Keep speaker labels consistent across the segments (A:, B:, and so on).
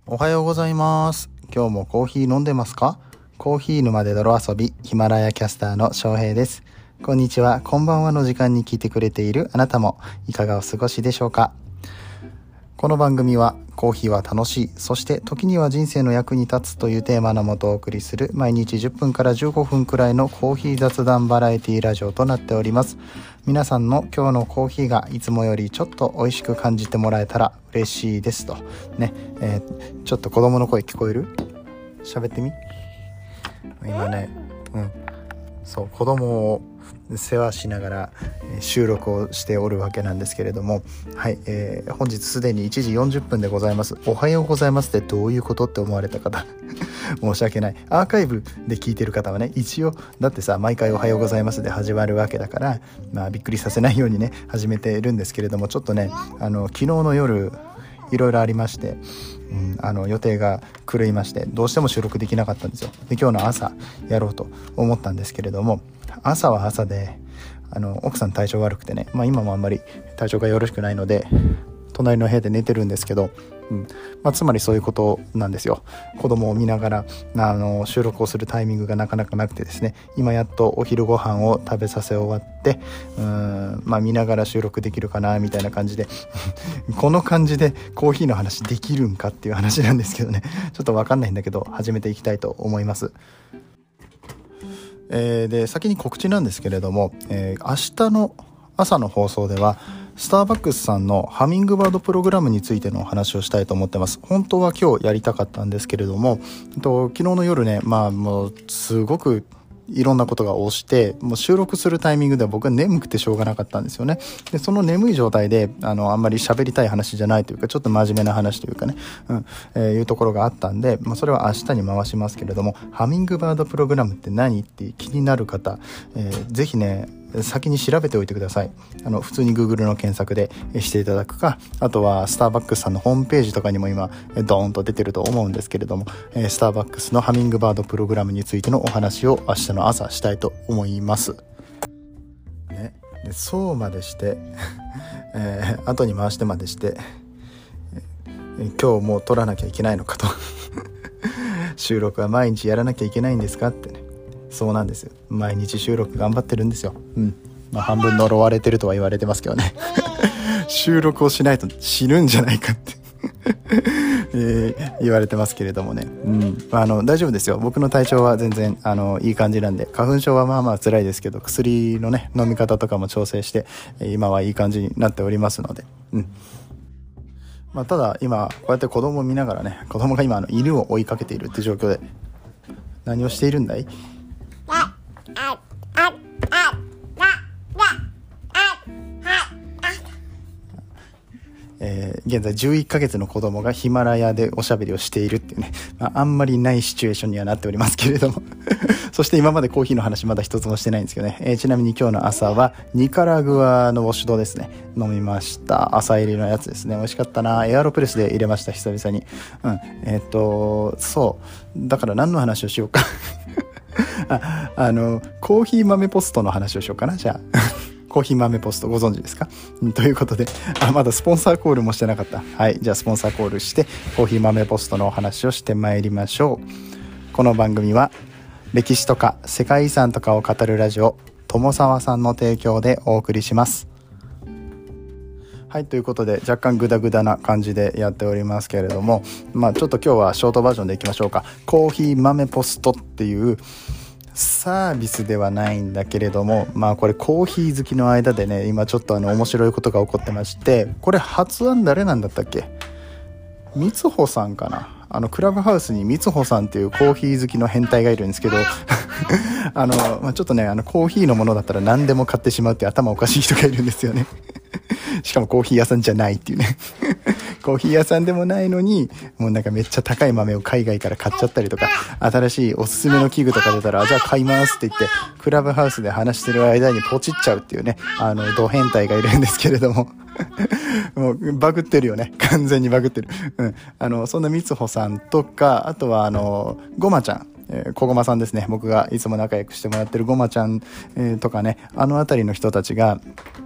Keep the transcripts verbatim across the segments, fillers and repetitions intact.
A: おはようございます。今日もコーヒー飲んでますか？コーヒー沼で泥遊びヒマラヤキャスターの翔平です。こんにちは、こんばんはの時間に聞いてくれているあなたもいかがお過ごしでしょうか？この番組はコーヒーは楽しい、そして時には人生の役に立つというテーマのもとお送りする毎日じゅっぷんからじゅうごふんくらいのコーヒー雑談バラエティラジオとなっております。皆さんの今日のコーヒーがいつもよりちょっと美味しく感じてもらえたら嬉しいですとね、えー、ちょっと子供の声聞こえる？喋ってみ。今ね、うんそう子供を世話しながら収録をしておるわけなんですけれども、はい、えー、本日すでにいちじよんじゅっぷんでございます。おはようございますってどういうことって思われた方申し訳ない。アーカイブで聞いてる方はね、一応だってさ、毎回おはようございますで始まるわけだから、まあびっくりさせないようにね始めているんですけれども、ちょっとねあの昨日の夜いろいろありまして、うん、あの予定が狂いましてどうしても収録できなかったんですよ。で今日の朝やろうと思ったんですけれども、朝は朝であの奥さん体調悪くてね、まあ、今もあんまり体調がよろしくないので隣の部屋で寝てるんですけど、うんまあ、つまりそういうことなんですよ。子供を見ながらあの収録をするタイミングがなかなかなくてですね、今やっとお昼ご飯を食べさせ終わってうーん、まあ、見ながら収録できるかなみたいな感じでこの感じでコーヒーの話できるんかっていう話なんですけどね、ちょっと分かんないんだけど始めていきたいと思います。えー、で先に告知なんですけれども、えー、明日の朝の放送ではスターバックスさんのハミングバードプログラムについてのお話をしたいと思ってます。本当は今日やりたかったんですけれども、と昨日の夜ね、まあもうすごくいろんなことが押して、もう収録するタイミングでは僕は眠くてしょうがなかったんですよね。でその眠い状態であのあんまり喋りたい話じゃないというか、ちょっと真面目な話というかね、うんえー、いうところがあったんで、まあ、それは明日に回しますけれども、ハミングバードプログラムって何って気になる方、えー、ぜひね先に調べておいてください。あの普通に Google の検索でしていただくか、あとはスターバックスさんのホームページとかにも今ドーンと出てると思うんですけれども、スターバックスのハミングバードプログラムについてのお話を明日の朝したいと思います、ね、でそうまでして、えー、後に回してまでして、えー、今日もう撮らなきゃいけないのかと収録は毎日やらなきゃいけないんですかってね。そうなんですよ。毎日収録頑張ってるんですよ。うん。まあ半分呪われてるとは言われてますけどね。収録をしないと死ぬんじゃないかって、えー、言われてますけれどもね。うん。あの大丈夫ですよ。僕の体調は全然あのいい感じなんで、花粉症はまあまあ辛いですけど、薬のね飲み方とかも調整して今はいい感じになっておりますので。うん。まあただ今こうやって子供を見ながらね、子供が今あの犬を追いかけているって状況で、何をしているんだい？えー、現在じゅういっかげつの子供がヒマラヤでおしゃべりをしているっていうね、まあ、あんまりないシチュエーションにはなっておりますけれどもそして今までコーヒーの話まだ一つもしてないんですけどね、えー、ちなみに今日の朝はニカラグアのウォッシュドですね、飲みました。朝入りのやつですね。美味しかったな。エアロプレスで入れました、久々に。うんえー、っとそうだから何の話をしようかあ, あのコーヒー豆ポストの話をしようかな。じゃあコーヒー豆ポストご存知ですか？ということで、あまだスポンサーコールもしてなかった。はい、じゃあスポンサーコールしてコーヒー豆ポストのお話をしてまいりましょう。この番組は歴史とか世界遺産とかを語るラジオ友沢さんの提供でお送りします。はい、ということで若干グダグダな感じでやっておりますけれども、まあちょっと今日はショートバージョンでいきましょうか。コーヒー豆ポストっていうサービスではないんだけれども、まあこれコーヒー好きの間でね今ちょっとあの面白いことが起こってまして、これ発案誰なんだったっけ？みつほさんかな。あのクラブハウスにみつほさんっていうコーヒー好きの変態がいるんですけどあの、まあ、ちょっとねあのコーヒーのものだったら何でも買ってしまうっていう頭おかしい人がいるんですよねしかもコーヒー屋さんじゃないっていうねコーヒー屋さんでもないのにもうなんかめっちゃ高い豆を海外から買っちゃったりとか、新しいおすすめの器具とか出たらじゃあ買いますって言ってクラブハウスで話してる間にポチっちゃうっていうね、あのド変態がいるんですけれどももうバグってるよね、完全にバグってる、うん、あのそんなみつほさんとか、あとはあのごまちゃん、えー、こごまさんですね、僕がいつも仲良くしてもらってるごまちゃん、えー、とかね、あのあたりの人たちが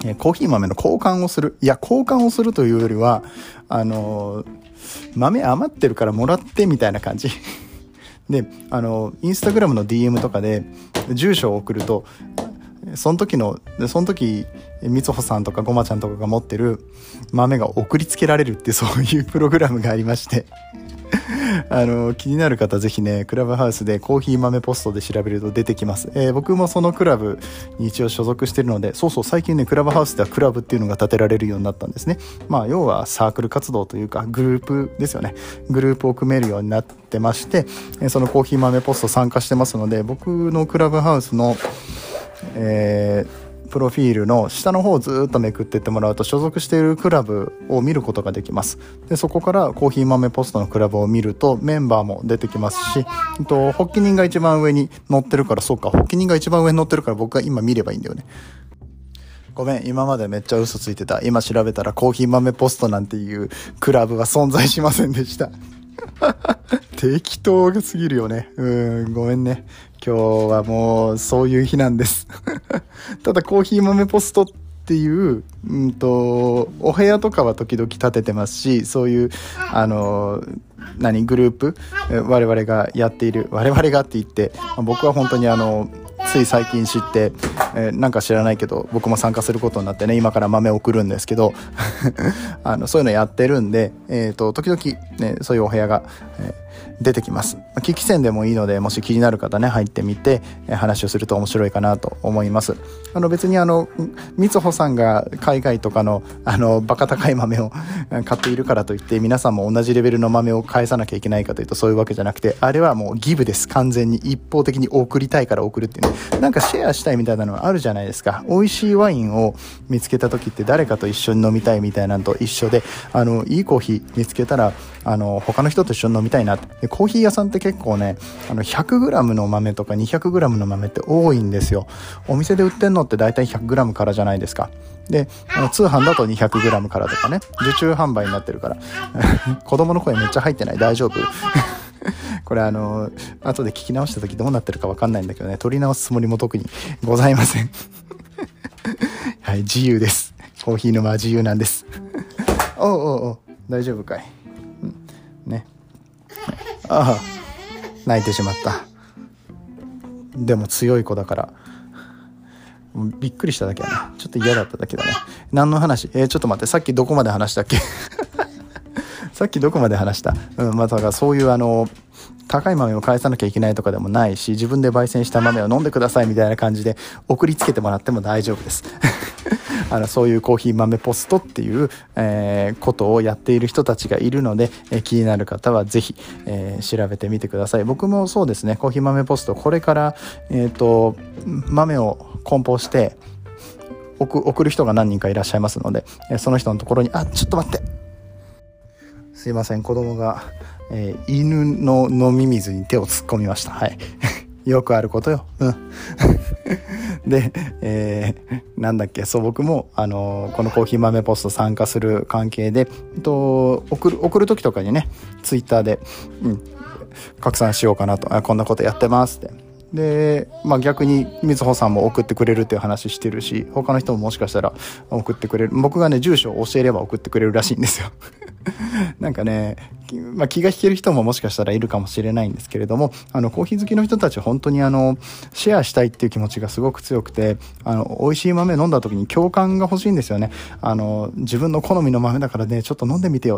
A: えー、コーヒー豆の交換をする。いや、交換をするというよりは、あのー、豆余ってるからもらってみたいな感じ。で、あのー、インスタグラムの ディーエム とかで住所を送ると、その時の、その時、みつほさんとかごまちゃんとかが持ってる豆が送りつけられるってそういうプログラムがありまして、あの気になる方ぜひね、クラブハウスでコーヒー豆ポストで調べると出てきます。えー、僕もそのクラブに一応所属してるので、そうそう、最近ね、クラブハウスではクラブっていうのが立てられるようになったんですね。まあ要はサークル活動というかグループですよね。グループを組めるようになってまして、そのコーヒー豆ポスト参加してますので、僕のクラブハウスのえープロフィールの下の方をずっとめくってってもらうと所属しているクラブを見ることができます。でそこからコーヒー豆ポストのクラブを見るとメンバーも出てきますし、と発起人が一番上に載ってるから、そうか、発起人が一番上に載ってるから僕が今見ればいいんだよね。ごめん、今までめっちゃ嘘ついてた。今調べたらコーヒー豆ポストなんていうクラブは存在しませんでした。適当が過ぎるよね。うん、ごめんね。今日はもうそういう日なんです。ただコーヒー豆ポストっていう、うんと、お部屋とかは時々立ててますし、そういう、あの、何、グループ、我々がやっている、我々がって言って、僕は本当にあの、つい最近知って、えー、なんか知らないけど僕も参加することになってね、今から豆を送るんですけどあのそういうのやってるんで、えーと、時々、ね、そういうお部屋が、えー出てきます。聞き戦でもいいので、もし気になる方ね、入ってみて話をすると面白いかなと思います。あの別にあのみつほさんが海外とかのあのバカ高い豆を買っているからといって皆さんも同じレベルの豆を返さなきゃいけないかというとそういうわけじゃなくて、あれはもうギブです。完全に一方的に送りたいから送るっていうね、なんかシェアしたいみたいなのはあるじゃないですか。美味しいワインを見つけた時って誰かと一緒に飲みたいみたいなのと一緒で、あのいいコーヒー見つけたらあの他の人と一緒に飲みたいなって。でコーヒー屋さんって結構ね、あの ひゃくグラム の豆とか にひゃくグラム の豆って多いんですよ。お店で売ってんのってだいたい ひゃくグラム からじゃないですか。であの通販だと にひゃくグラム からとかね、受注販売になってるから子供の声めっちゃ入ってない？大丈夫？これあの後で聞き直した時どうなってるか分かんないんだけどね、取り直すつもりも特にございません。はい、自由です。コーヒー沼は自由なんです。おうおうおう、大丈夫かい？ね。ああ、泣いてしまった。でも強い子だからびっくりしただけだね。ちょっと嫌だっただけだね。何の話？えー、ちょっと待って、さっきどこまで話したっけ？さっきどこまで話した？うん、まあ、だからそういうあの高い豆を返さなきゃいけないとかでもないし、自分で焙煎した豆を飲んでくださいみたいな感じで送りつけてもらっても大丈夫です。あのそういうコーヒー豆ポストっていう、えー、ことをやっている人たちがいるので、えー、気になる方はぜひ、えー、調べてみてください。僕もそうですね、コーヒー豆ポストこれから、えーと、豆を梱包して送、送る人が何人かいらっしゃいますので、えー、その人のところに、あ、ちょっと待って、すいません、子供が、えー、犬の飲み水に手を突っ込みました。はい。よくあることよ。うん。で、えー、なんだっけ、そう、僕も、あのー、このコーヒー豆ポスト参加する関係で、と送る、送る時とかにね、ツイッターで、うん、拡散しようかなと、あ、こんなことやってますって。で、まあ逆にみずほさんも送ってくれるっていう話してるし、他の人ももしかしたら送ってくれる。僕がね、住所を教えれば送ってくれるらしいんですよ。なんかね、まあ、気が引ける人ももしかしたらいるかもしれないんですけれども、あのコーヒー好きの人たち本当にあのシェアしたいっていう気持ちがすごく強くて、あの美味しい豆飲んだ時に共感が欲しいんですよね。あの自分の好みの豆だからね、ちょっと飲んでみてよって。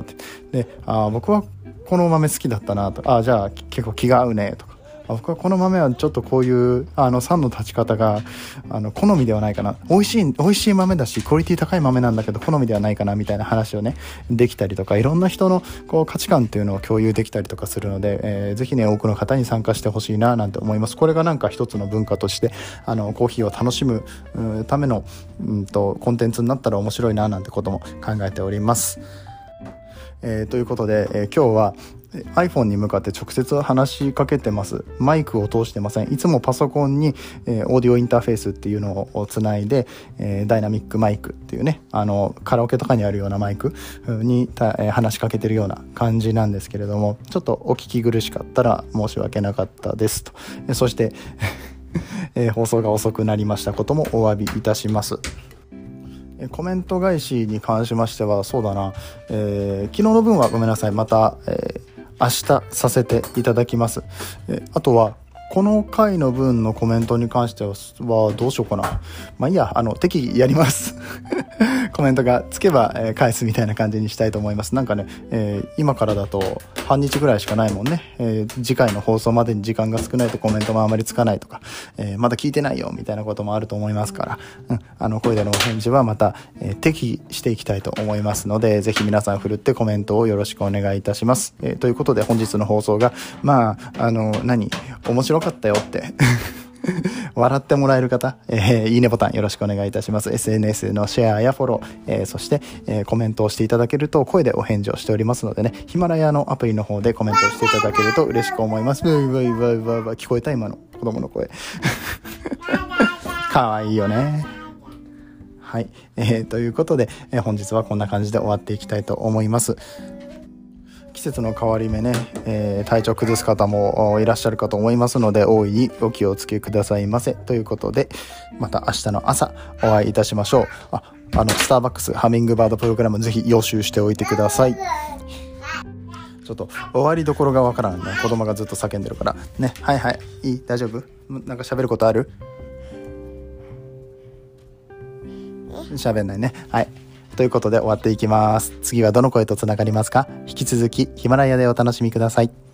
A: で、あ、僕はこの豆好きだったなと、あ、じゃあ結構気が合うねとか、僕はこの豆はちょっとこういうあの酸の立ち方があの好みではないかな、美味しい美味しい豆だしクオリティ高い豆なんだけど好みではないかなみたいな話をねできたりとか、いろんな人のこう価値観っていうのを共有できたりとかするので、えー、ぜひね多くの方に参加してほしいななんて思います。これがなんか一つの文化としてあのコーヒーを楽しむためのうんとコンテンツになったら面白いななんてことも考えております。えー、ということで、えー、今日はiPhone に向かって直接話しかけてます。マイクを通してません。いつもパソコンに、えー、オーディオインターフェースっていうのをつないで、えー、ダイナミックマイクっていうね、あのカラオケとかにあるようなマイクにた、えー、話しかけてるような感じなんですけれども、ちょっとお聞き苦しかったら申し訳なかったですと。えー、そして、えー、放送が遅くなりましたこともお詫びいたします。 えコメント返しに関しましてはそうだな、えー、昨日の分はごめんなさい、また、えー、明日させていただきます。えあとはこの回の分のコメントに関してはどうしようかな。まあいいや、あの適宜やりますコメントがつけば、えー、返すみたいな感じにしたいと思います。なんかね、えー、今からだと半日ぐらいしかないもんね、えー、次回の放送までに時間が少ないとコメントもあまりつかないとか、えー、まだ聞いてないよみたいなこともあると思いますから、うん、あの声でのお返事はまた、えー、適宜していきたいと思いますので、ぜひ皆さんふるってコメントをよろしくお願いいたします。えー、ということで本日の放送がまああの何面白かったよって笑ってもらえる方、えー、いいねボタンよろしくお願いいたします。 エスエヌエス のシェアやフォロー、えー、そして、えー、コメントをしていただけると声でお返事をしておりますのでね、ヒマラヤのアプリの方でコメントをしていただけると嬉しく思います。うわいわいわいわ、聞こえた今の子供の声かわいいよね。はい、えー、ということで、えー、本日はこんな感じで終わっていきたいと思います。季節の変わり目ね、えー、体調崩す方もいらっしゃるかと思いますので、大いにお気をつけくださいませ。ということで、また明日の朝お会いいたしましょう。あ、あのスターバックスハミングバードプログラムぜひ予習しておいてください。ちょっと終わりどころがわからんね。子供がずっと叫んでるからね。はいはい、いい、大丈夫？なんか喋ることある？喋んないね。はい、ということで終わっていきます。次はどの声とつながりますか？引き続きヒマラヤでお楽しみください。